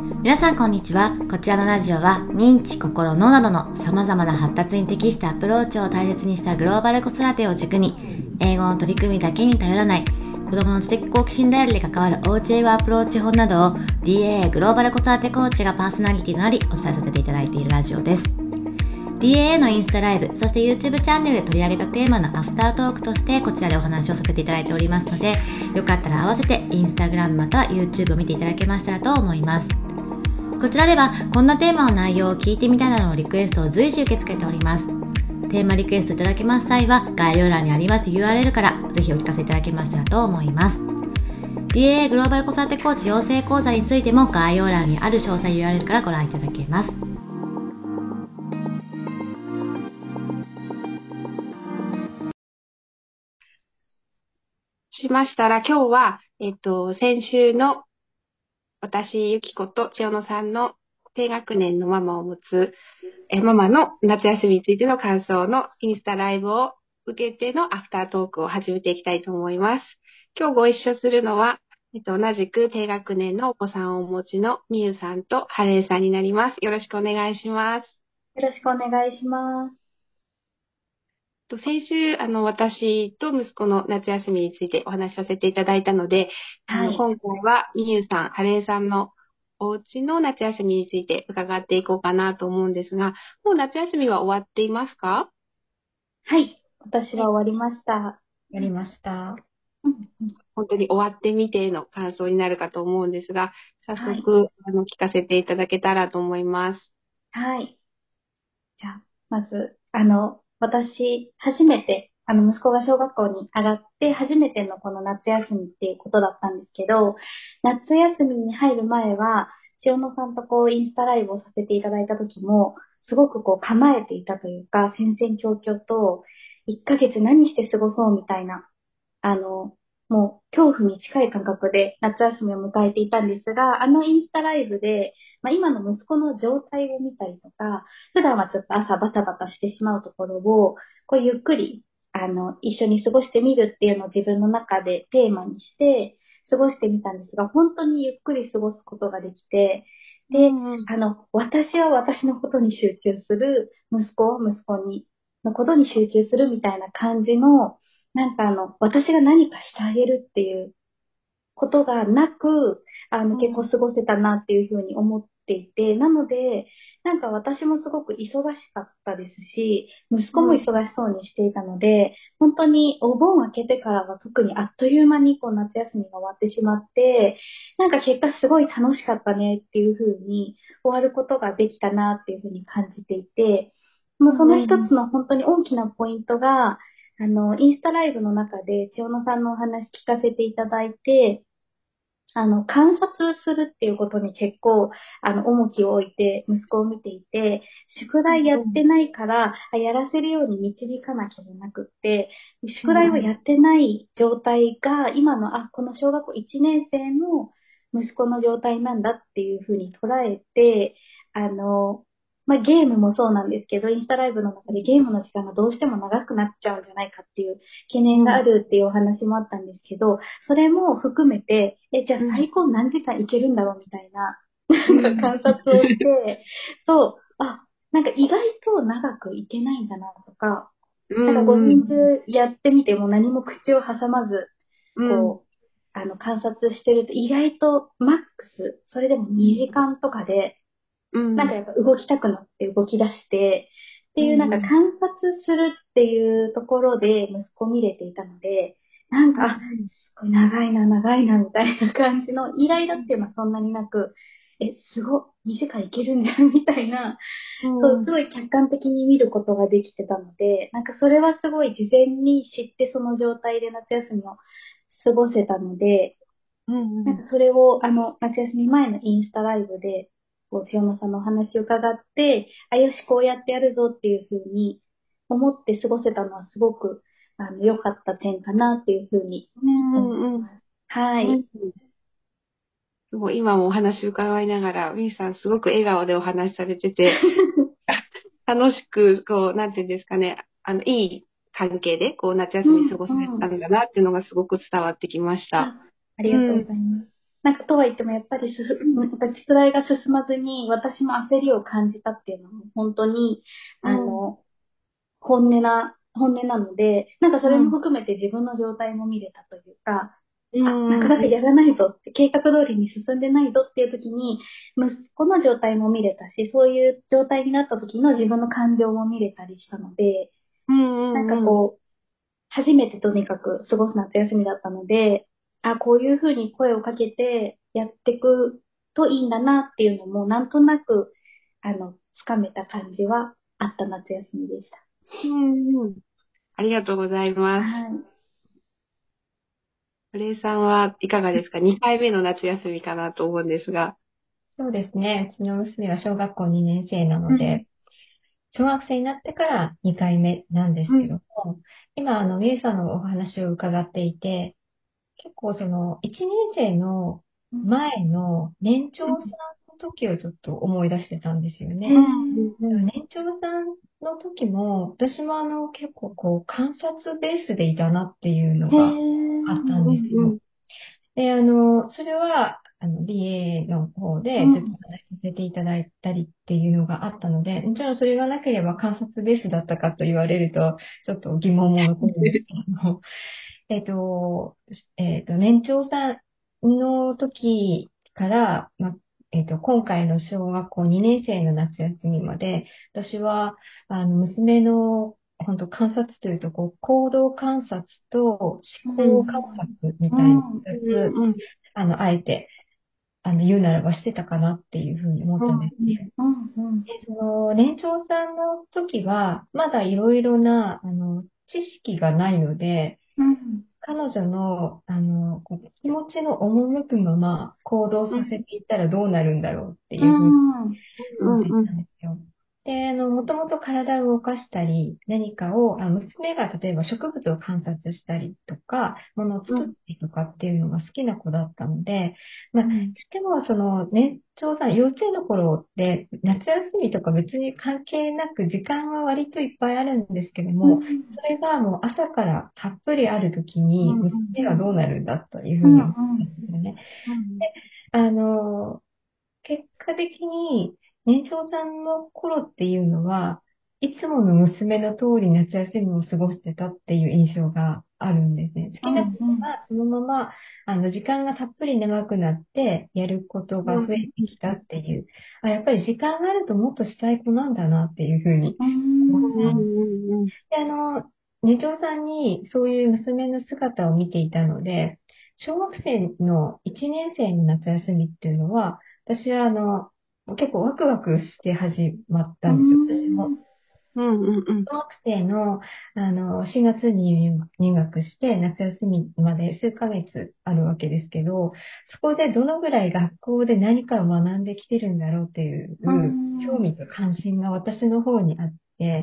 皆さんこんにちは。こちらのラジオは認知、心、脳などの様々な発達に適したアプローチを大切にしたグローバル子育てを軸に、英語の取り組みだけに頼らない子どもの知的好奇心ダイヤルで関わるおうち英語アプローチ法などを DAA グローバル子育てコーチがパーソナリティとなりお伝えさせていただいているラジオです。DAA のインスタライブ、そして YouTube チャンネルで取り上げたテーマのアフタートークとしてこちらでお話をさせていただいておりますので、よかったら合わせて Instagram または YouTube を見ていただけましたらと思います。こちらではこんなテーマの内容を聞いてみたいなどのリクエストを随時受け付けております。テーマリクエストいただけます際は概要欄にあります URL からぜひお聞かせいただけましたらと思います。 DAA グローバル子育てコーチ養成講座についても概要欄にある詳細 URL からご覧いただけます。 しましたら、今日は、先週の私、ゆきこと千代野さんの低学年のママを持つ、ママの夏休みについての感想のインスタライブを受けてのアフタートークを始めていきたいと思います。今日ご一緒するのは、同じく低学年のお子さんをお持ちのみゆさんとはれいさんになります。よろしくお願いします。 よろしくお願いします。 先週、私と息子の夏休みについてお話しさせていただいたので、今回はみゆさん、はれいさんのお家の夏休みについて伺っていこうかなと思うんですが、もう夏休みは終わっていますか？ はい。私は終わりました。やりました。 本当に終わってみての感想になるかと思うんですが、早速、 はい、 聞かせていただけたらと思います。 はい。じゃあ、まず、私、初めて、息子が小学校に上がって、初めてのこの夏休みっていうことだったんですけど、夏休みに入る前は、千代野さんとこう、インスタライブをさせていただいた時も、すごくこう、構えていたというか、戦々恐々と、1ヶ月何して過ごそうみたいな、あの、もう恐怖に近い感覚で夏休みを迎えていたんですが、インスタライブで、今の息子の状態を見たりとか、普段はちょっと朝バタバタしてしまうところを、こうゆっくり、一緒に過ごしてみるっていうのを自分の中でテーマにして過ごしてみたんですが、本当にゆっくり過ごすことができて、で、私は私のことに集中する、息子は息子に、のことに集中するみたいな感じの、私が何かしてあげるっていうことがなく、結構過ごせたなっていうふうに思っていて、なので、私もすごく忙しかったですし、息子も忙しそうにしていたので、本当にお盆明けてからは特にあっという間にこう夏休みが終わってしまって、結果すごい楽しかったねっていうふうに終わることができたなっていうふうに感じていて、もうその一つの本当に大きなポイントが、インスタライブの中で千代野さんのお話聞かせていただいて、観察するっていうことに結構、重きを置いて息子を見ていて、宿題やってないから、やらせるように導かなきゃじゃなくって、宿題をやってない状態が、今の、この小学校1年生の息子の状態なんだっていうふうに捉えて、ゲームもそうなんですけど、インスタライブの中でゲームの時間がどうしても長くなっちゃうんじゃないかっていう懸念があるっていうお話もあったんですけど、それも含めて、じゃあ最高何時間いけるんだろうみたいな、観察をして、そう、意外と長くいけないんだなとか、午前中やってみても何も口を挟まず、こう、観察してると意外とマックス、それでも2時間とかで、やっぱ動きたくなって動き出して、っていう観察するっていうところで息子見れていたので、すごい長いな、長いな、みたいな感じのイライラっていうのはそんなになく、すごい、2時間いけるんじゃん、みたいな、そう、すごい客観的に見ることができてたので、それはすごい事前に知ってその状態で夏休みを過ごせたので、それを、夏休み前のインスタライブで、こう、千代野さんのお話を伺って、よし、こうやってやるぞっていうふうに思って過ごせたのはすごく、良かった点かなっていうふうに思います。はい。 すごい今もお話伺いながら、みーさんすごく笑顔でお話しされてて、楽しく、こう、なんていうんですかね、いい関係で、こう、夏休み過ごされたんだなっていうのがすごく伝わってきました。 ありがとうございます。 なんかとは言ってもやっぱりやっぱり宿題が進まずに私も焦りを感じたっていうのも本当に、本音なので、なんかそれも含めて自分の状態も見れたというか、なんかやらないぞって、計画通りに進んでないぞっていう時に、息子の状態も見れたし、そういう状態になった時の自分の感情も見れたりしたので、なんかこう、初めてとにかく過ごす夏休みだったので、こういうふうに声をかけてやっていくといいんだなっていうのも、なんとなく、つかめた感じはあった夏休みでした。 ありがとうございます。 はい。 お礼さんはいかがですか？ 2 回目の夏休みかなと思うんですが。 そうですね。うちの娘は小学校2年生なので、小学生になってから2回目なんですけども、今、みゆさんのお話を伺っていて、結構その、1年生の前の年長さんの時をちょっと思い出してたんですよね。年長さんの時も、私も結構こう、観察ベースでいたなっていうのがあったんですよ。で、それは、BA の方でずっとお話しさせていただいたりっていうのがあったので、もちろんそれがなければ観察ベースだったかと言われると、ちょっと疑問も残るんですけども、年長さんの時から、今回の小学校2年生の夏休みまで、私は、娘の、本当観察というと、こう、行動観察と思考観察みたいな二つ、あえて、言うならばしてたかなっていうふうに思ったんですね。で、その、年長さんの時は、まだいろいろな、知識がないので、彼女の、こう気持ちの赴くまま行動させていったらどうなるんだろうっていうふうに思っていたんですよ。で、もともと体を動かしたり、何かを、娘が例えば植物を観察したりとか、物を作ったりとかっていうのが好きな子だったので、でもその年長さん、幼稚園の頃って夏休みとか別に関係なく時間は割といっぱいあるんですけども、それがもう朝からたっぷりある時に娘はどうなるんだというふうに思ったんですよね。で、結果的に年長さんの頃っていうのは、いつもの娘の通り夏休みを過ごしてたっていう印象があるんですね。好きなことがそのまま、時間がたっぷり長くなって、やることが増えてきたっていう、やっぱり時間があるともっとしたい子なんだなっていうふうに思ったんです。で、年長さんにそういう娘の姿を見ていたので、小学生の1年生の夏休みっていうのは、私は結構ワクワクして始まったんですよ、私も。小学生の、4月に入学して夏休みまで数ヶ月あるわけですけど、そこでどのぐらい学校で何かを学んできてるんだろうっていう興味と関心が私の方にあって、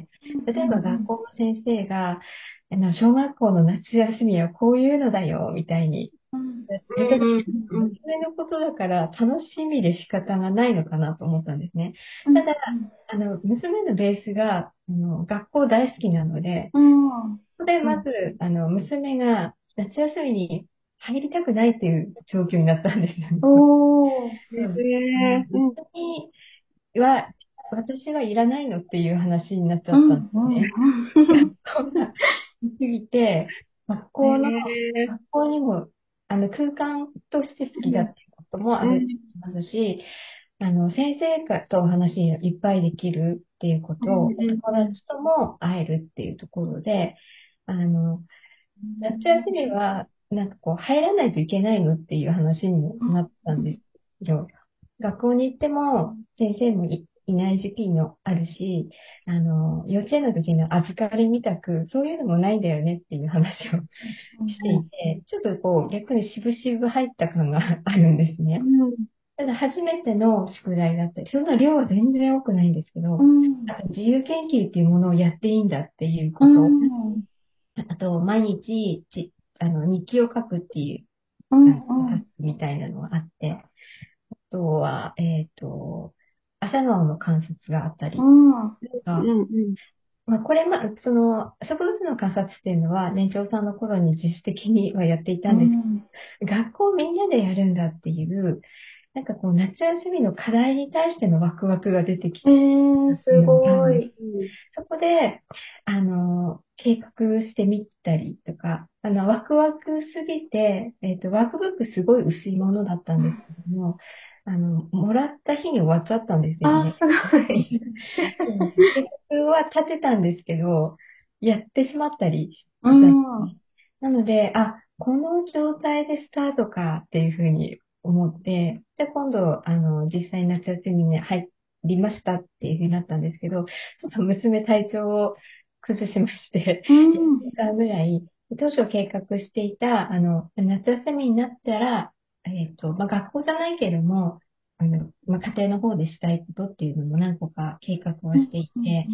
例えば学校の先生が、小学校の夏休みはこういうのだよ、みたいに娘のことだから楽しみで仕方がないのかなと思ったんですね。ただ、娘のベースが、学校大好きなので、そこでまず、娘が夏休みに入りたくないっていう状況になったんですよね。私はいらないのっていう話になっちゃったんですね。学校が見すぎて、学校にも空間として好きだっていうこともありますし、先生とお話いっぱいできるっていうことを、友達とも会えるっていうところで、夏休みは、なんかこう、入らないといけないのっていう話にもなったんですよ。学校に行っても、先生もいない時期もあるし、幼稚園の時の預かりみたく、そういうのもないんだよねっていう話をしていて、ちょっとこう、逆に渋々入った感があるんですね。ただ、初めての宿題だったり、その量は全然多くないんですけど、あと自由研究っていうものをやっていいんだっていうこと、あと、毎日、日記を書くっていう、タスクみたいなのがあって、あとは、朝顔の観察があったりとか、 これその、植物の観察っていうのは、年長さんの頃に自主的にはやっていたんですけど、学校みんなでやるんだっていう、なんかこう、夏休みの課題に対してのワクワクが出てきて、 すごい。 そこで、計画してみたりとか、ワクワクすぎて、ワークブックすごい薄いものだったんですけども、もらった日に終わっちゃったんですよね。 すごい。 計画は立てたんですけど、やってしまったりしたり、なので、この状態でスタートかっていうふうに思って、で、今度、実際に夏休みに入りましたっていうふうになったんですけど、ちょっと娘体調を崩しまして、1週間ぐらい、当初計画していた、夏休みになったら、学校じゃないけれども、家庭の方でしたいことっていうのも何個か計画はしていて、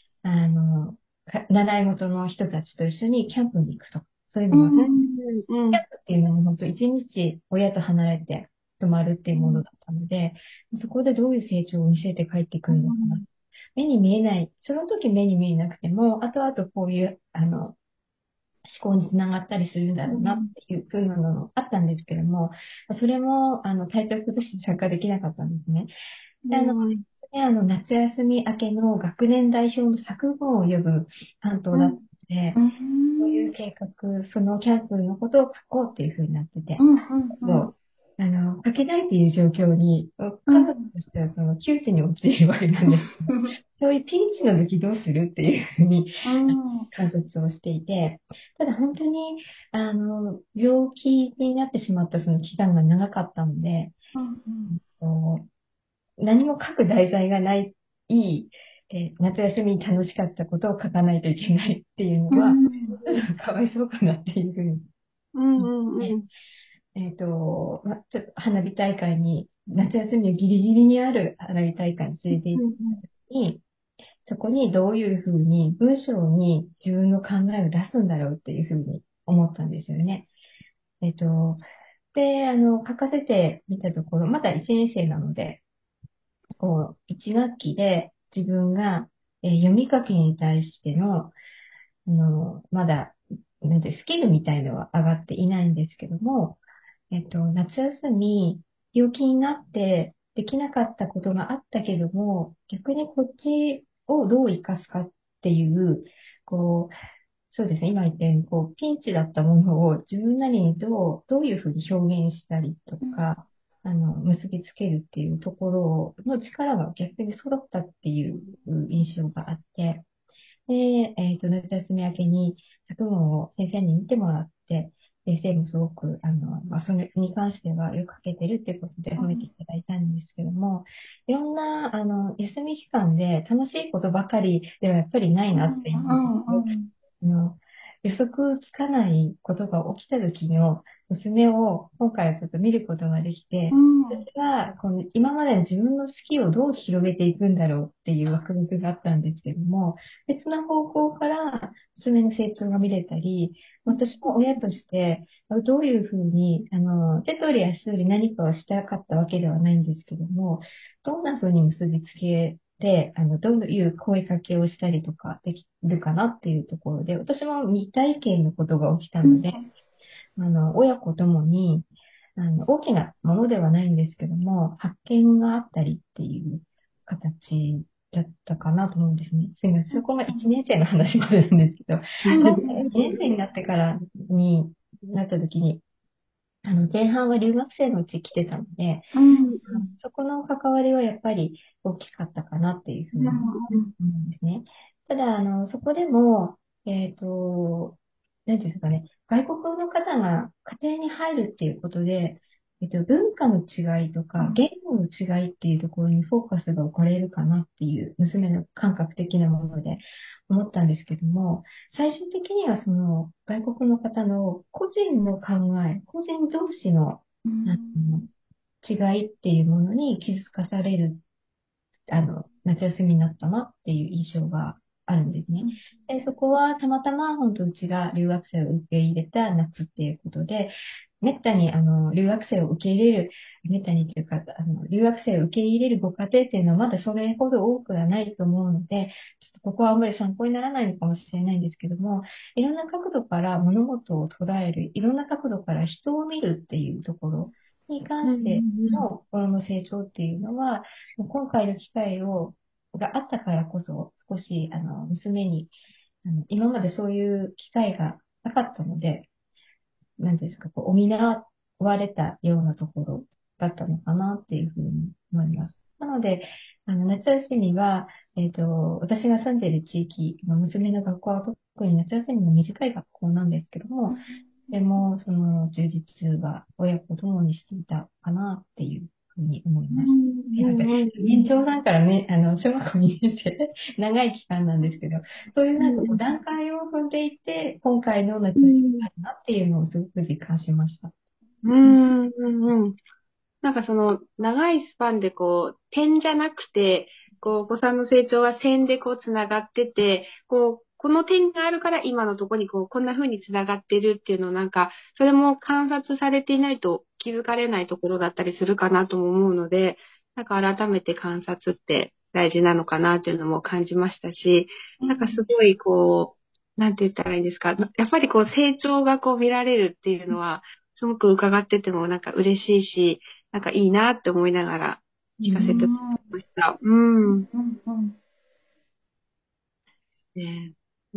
習い事の人たちと一緒にキャンプに行くとか、そういうのも、キャンプっていうのも本当一日親と離れて泊まるっていうものだったので、そこでどういう成長を見せて帰ってくるのかな。目に見えない、その時目に見えなくても、後々こういう、思考につながったりするんだろうなっていう風なのもあったんですけども、それも、体調崩して参加できなかったんですね。で、夏休み明けの学年代表の作文を呼ぶ担当だったので、そういう計画、そのキャンプのことを書こうっていう風になってて、書けないっていう状況に、彼女としてはその窮地に陥るわけなんです。そういうピンチの時どうするっていうふうに観察をしていて、ただ本当に、病気になってしまったその期間が長かったので、何も書く題材がない、夏休みに楽しかったことを書かないといけないっていうのは、かわいそうかなっていうふうに。ちょっと花火大会に、夏休みのギリギリにある花火大会に連れて行った時に、そこにどういうふうに文章に自分の考えを出すんだろうっていうふうに思ったんですよね。で、書かせてみたところ、まだ1年生なので、こう、1学期で自分が、読み書きに対しての、まだ、なんてスキルみたいのは上がっていないんですけども、夏休み、病気になってできなかったことがあったけども、逆にこっちをどう活かすかっていう、こう、そうですね、今言ったように、こう、ピンチだったものを自分なりにどういうふうに表現したりとか、結びつけるっていうところの力が逆に育ったっていう印象があって、で、夏休み明けに作文を先生に見てもらって、先生もすごく、それに関してはよく書けてるっていうことで褒めていただいたんですけども、いろんな、休み期間で楽しいことばかりではやっぱりないなっていうの予測つかないことが起きた時の娘を今回はちょっと見ることができて、私はこの今までの自分の好きをどう広げていくんだろうっていうワクワクがあったんですけども、別な方向から娘の成長が見れたり、私も親としてどういうふうに、手取り足取り何かをしたかったわけではないんですけども、どんなふうに結びつけて、どういう声かけをしたりとかできるかなっていうところで、私も未体験のことが起きたので、親子ともに、大きなものではないんですけども、発見があったりっていう形だったかなと思うんですね。すみません。そこが1年生の話までなんですけど、1年生になってからなった時に、前半は留学生のうち来てたので、そこの関わりはやっぱり大きかったかなっていうふうに思うんですね。ただ、そこでも、何ですかね、外国の方が家庭に入るっていうことで、文化の違いとか言語の違いっていうところにフォーカスが置かれるかなっていう娘の感覚的なもので思ったんですけども、最終的にはその外国の方の個人の考え、個人同士の、違いっていうものに気づかされる、夏休みになったなっていう印象があるんですね。で、そこはたまたま本当うちが留学生を受け入れた夏っていうことで、 めったに、留学生を受け入れる、めったにというか、留学生を受け入れるご家庭っていうのはまだそれほど多くはないと思うので、ちょっとここはあんまり参考にならないのかもしれないんですけども、いろんな角度から物事を捉える、いろんな角度から人を見るっていうところに関しての心の成長っていうのは、今回の機会があったからこそ、少し、娘に、今までそういう機会がなかったので、なんていうんですか、補われたようなところだったのかなっていうふうに思います。なので、夏休みは、私が住んでいる地域の娘の学校は特に夏休みの短い学校なんですけども、でも、その充実は親子ともにしていたかなっていうふうに思います。年長さんからね、小学校2年生、長い期間なんですけど、そういうなんかこう段階を踏んでいて、今回の夏休みだなっていうのをすごく実感しました。 なんかその長いスパンでこう点じゃなくて、こうお子さんの成長は線でこうつながってて、この点があるから今のところにこんな風につながってるっていうのをなんか、それも観察されていないと気づかれないところだったりするかなとも思うので、なんか改めて観察って大事なのかなっていうのも感じましたし、なんかすごいなんて言ったらいいんですか。やっぱり成長が見られるっていうのは、すごく伺っててもなんか嬉しいし、なんかいいなって思いながら聞かせてもらいました。ね。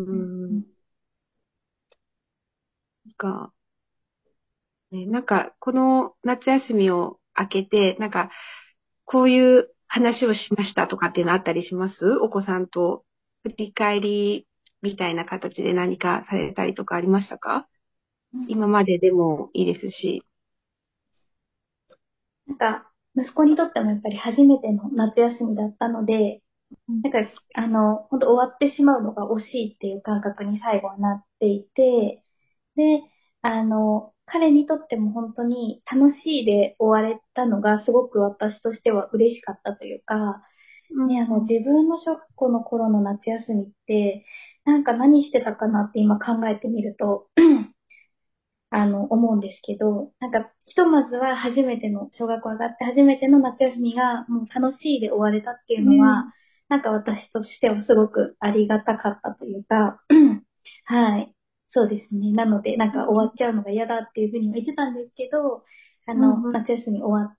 なんか、この夏休みを明けて、なんか、こういう話をしましたとかっていうのあったりします？お子さんと振り返りみたいな形で何かされたりとかありましたか？今まででもいいですし。 なんか、息子にとってもやっぱり初めての夏休みだったので、なんか、本当終わってしまうのが惜しいっていう感覚に最後はなっていて、で、彼にとっても本当に楽しいで終われたのがすごく私としては嬉しかったというか、ね、自分の小学校の頃の夏休みって、なんか何してたかなって今考えてみると、思うんですけど、なんか、ひとまずは初めての、小学校上がって初めての夏休みがもう楽しいで終われたっていうのは、なんか私としてはすごくありがたかったというか、はい。そうですね。なので、なんか終わっちゃうのが嫌だっていうふうには言ってたんですけど、夏休み終わって、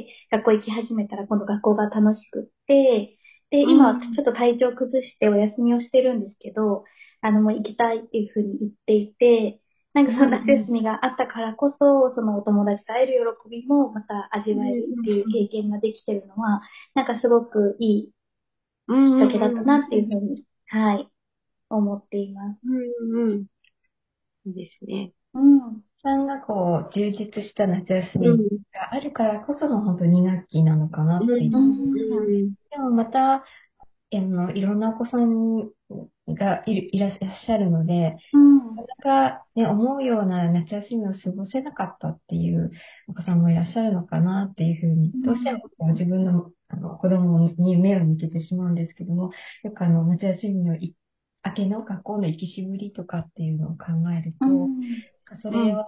学校行き始めたら今度学校が楽しくって、で、今はちょっと体調崩してお休みをしてるんですけど、もう行きたいっていうふうに言っていて、なんかその夏休みがあったからこそ、そのお友達と会える喜びもまた味わえるっていう経験ができてるのは、なんかすごくいいきっかけだったなっていうふうに、はい、思っています。 いいですね。 さんが充実した夏休みがあるからこその本当に2学期なのかなっていう。でもまた、いろんなお子さんがいらっしゃるので、なかなかね、思うような夏休みを過ごせなかったっていうお子さんもいらっしゃるのかなっていうふうに、どうしても自分の子供に目を向けてしまうんですけども、よく夏休みの明けの学校の行きしぶりとかっていうのを考えると、それは、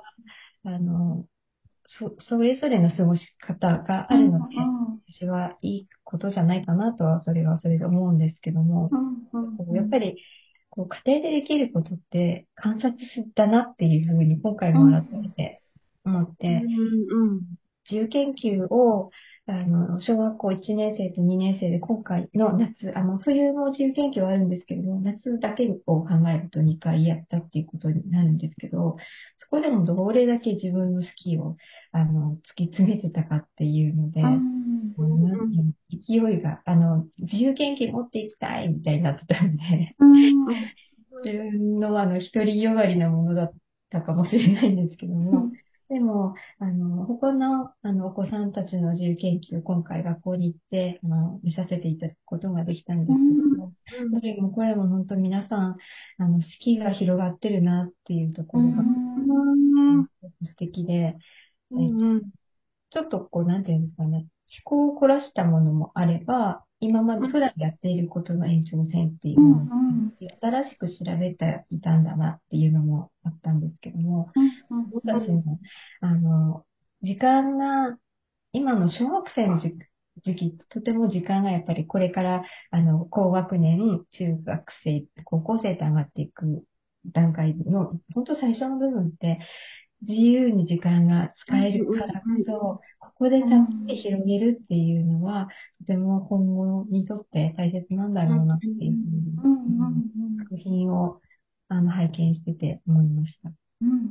それぞれの過ごし方があるので、私はいいことじゃないかなとは、それはそれで思うんですけども、やっぱり、家庭でできることって観察だなっていうふうに今回も改めて思って、自由研究を、小学校1年生と2年生で今回の夏、冬も自由研究はあるんですけども、夏だけを考えると2回やったっていうことになるんですけど、そこでもどれだけ自分の好きを、突き詰めてたかっていうので、勢いが、自由研究持っていきたいみたいになってたんで、自分の独りよがりなものだったかもしれないんですけども、でも、他の、お子さんたちの自由研究、今回学校に行って、見させていただくことができたんですけども、どれもこれも本当皆さん、好きが広がってるなっていうところが、素敵で、ちょっとなんていうんですかね、 考を凝らしたものもあれば、今まで普段やっていることの延長線っていうもの、新しく調べていたんだなっていうのもあったんですけども、僕たちの、時間が、今の小学生の時期、とても時間がやっぱりこれから、高学年、中学生、高校生と上がっていく段階の、本当最初の部分って、自由に時間が使えるからこそ、ここで助け広げるっていうのは、とても今後にとって大切なんだろうなっていうふうに、作品を拝見してて思いました。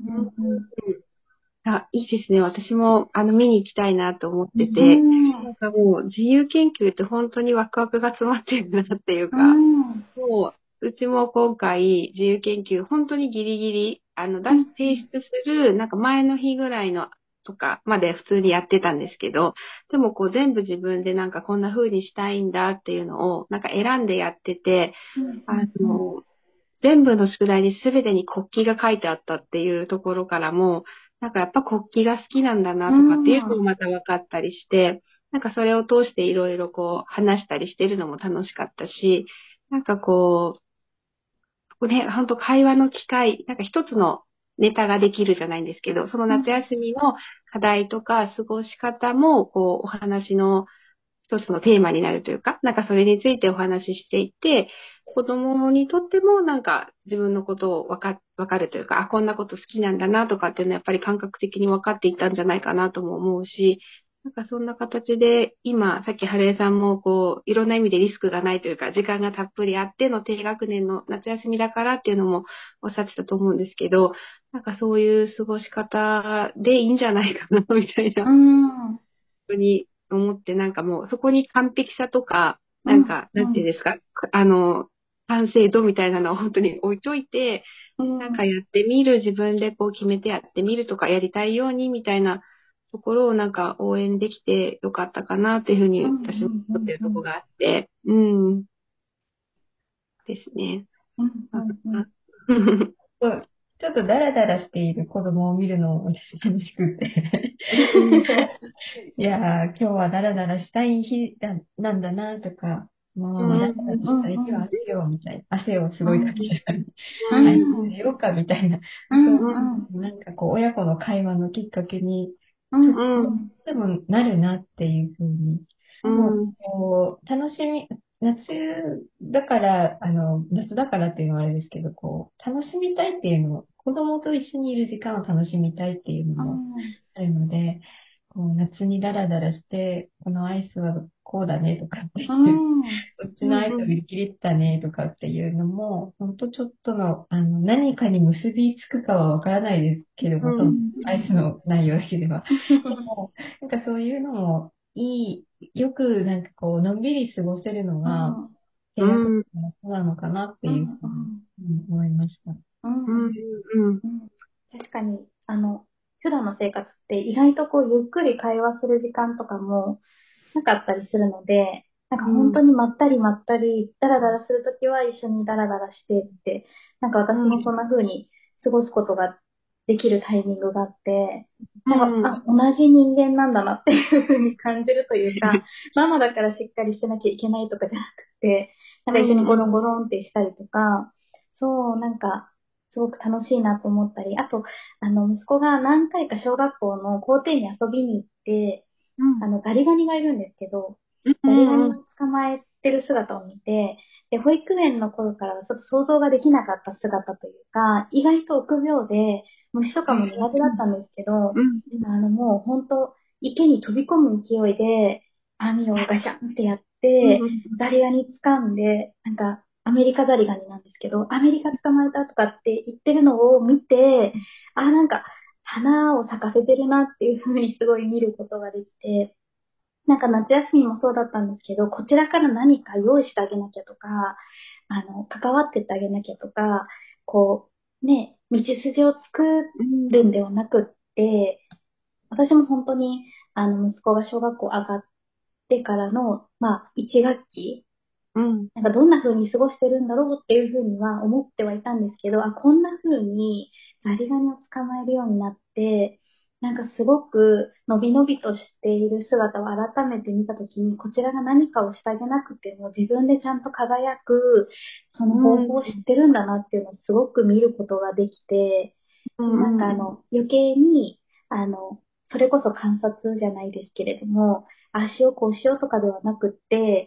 あ、いいですね。私も、見に行きたいなと思ってて、なんかもう、自由研究って本当にワクワクが詰まってるなっていうか、もう、うちも今回、自由研究、本当にギリギリ、提出する、なんか前の日ぐらいの、とかまで普通にやってたんですけど、でもこう全部自分でなんかこんな風にしたいんだっていうのを、なんか選んでやってて、全部の宿題に全てに国旗が書いてあったっていうところからも、なんかやっぱ国旗が好きなんだなとかっていうのもまた分かったりして、なんかそれを通していろいろこう話したりしてるのも楽しかったし、なんかこう、ね、本当会話の機会、なんか一つのネタができるじゃないんですけど、その夏休みの課題とか過ごし方も、こうお話の一つのテーマになるというか、なんかそれについてお話ししていって、子供にとってもなんか自分のことをわかるというか、あ、こんなこと好きなんだなとかっていうのはやっぱり感覚的に分かっていったんじゃないかなとも思うし、なんかそんな形で今、さっき春江さんもこう、いろんな意味でリスクがないというか、時間がたっぷりあっての低学年の夏休みだからっていうのもおっしゃってたと思うんですけど、なんかそういう過ごし方でいいんじゃないかな、みたいな。本当に思って、なんかもうそこに完璧さとか、なんか、なんていうんですか、完成度みたいなのを本当に置いといて、なんかやってみる、自分でこう決めてやってみるとか、やりたいようにみたいなところをなんか応援できてよかったかなっていうふうに私も思ってるところがあって、ですね。 ちょっとダラダラしている子供を見るのも私楽しくていやー、今日はダラダラしたい日なんだなとか、もうダラダラしたい日は汗をみたいな、汗をすごいかけてたり、はい、寝ようかみたいな、なんかこう親子の会話のきっかけに、でもなるなっていうふうに、もうこう楽しみ、夏だから、夏だからっていうのはあれですけど、こう、楽しみたいっていうのも、子供と一緒にいる時間を楽しみたいっていうのもあるので、こう夏にダラダラして、このアイスはこうだねとかっていう、こっちのアイス売り切れてたねとかっていうのも、ほんとちょっとの、何かに結びつくかはわからないですけども、そのアイスの内容だけでは。でも、なんかそういうのもよくなんかこう、のんびり過ごせるのが、低学年の子なのかなっていうふうに思いました。 確かに、普段の生活って意外とこう、ゆっくり会話する時間とかもなかったりするので、なんか本当にまったりまったり、ダラダラするときは一緒にダラダラしてって、なんか私もそんな風に過ごすことができるタイミングがあって、なんか、同じ人間なんだなっていう風に感じるというか、ママだからしっかりしてなきゃいけないとかじゃなくて、なんか一緒にゴロンゴロンってしたりとか、そう、なんか、すごく楽しいなと思ったり、あと、息子が何回か小学校の校庭に遊びに行って、ザリガニがいるんですけど、ザリガニを捕まえてる姿を見て、で、保育園の頃からはちょっと想像ができなかった姿というか、意外と臆病で、虫とかも苦手だったんですけど、もう本当、池に飛び込む勢いで、網をガシャンってやって、ザリガニ掴んで、なんか、アメリカザリガニなんですけど、アメリカ捕まえたとかって言ってるのを見て、なんか、花を咲かせてるなっていう風にすごい見ることができて、なんか夏休みもそうだったんですけど、こちらから何か用意してあげなきゃとか、関わってってあげなきゃとか、こう、ね、道筋を作るんではなくって、私も本当に、息子が小学校上がってからの、1学期、なんかどんな風に過ごしてるんだろうっていう風には思ってはいたんですけど、こんな風にザリガニを捕まえるようになって、 なんかすごくのびのびとしている姿を改めて見たときに、こちらが何かをしてあげなくても自分でちゃんと輝く、その方法を知ってるんだなっていうのをすごく見ることができて、なんか余計に、それこそ観察じゃないですけれども、ああしようこうしようとかではなくって、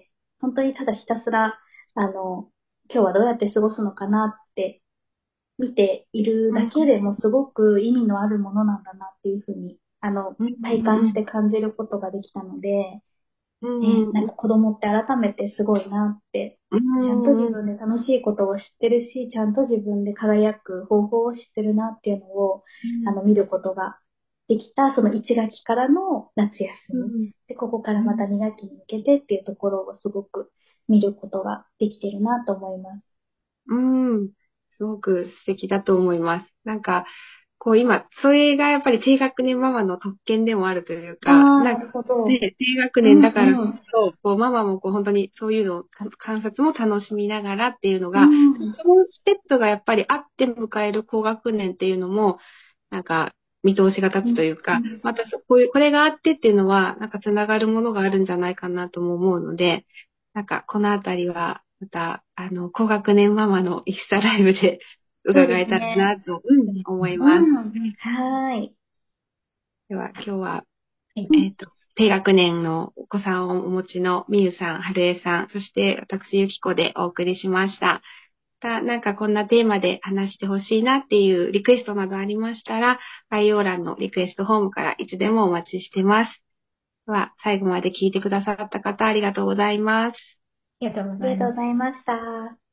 本当にただひたすら、今日はどうやって過ごすのかなって見ているだけでもすごく意味のあるものなんだなっていうふうに、体感して感じることができたので、なんか子供って改めてすごいなって、ちゃんと自分で楽しいことを知ってるし、ちゃんと自分で輝く方法を知ってるなっていうのを、見ることができた、その1学期からの夏休み。で、ここからまた2学期に向けてっていうところをすごく見ることができてるなと思います。 すごく素敵だと思います。なんか、こう今、それがやっぱり低学年ママの特権でもあるというか、 なるほど。 ね、低学年だからこそ、こうママもこう本当にそういうのを観察も楽しみながらっていうのが、そのステップがやっぱりあって迎える高学年っていうのも、なんか見通しが立つというか、またこれがあってっていうのは、なんかつながるものがあるんじゃないかなとも思うので、なんかこのあたりは、また、高学年ママのインスタライブで伺えたらなと、思います。 はい。 では、今日は、低学年のお子さんをお持ちのみゆさん、はるえさん、そして私、ゆきこでお送りしました。なんかこんなテーマで話してほしいなっていうリクエストなどありましたら、概要欄のリクエストフォームからいつでもお待ちしてます。では、最後まで聞いてくださった方、ありがとうございます。 ありがとうございました。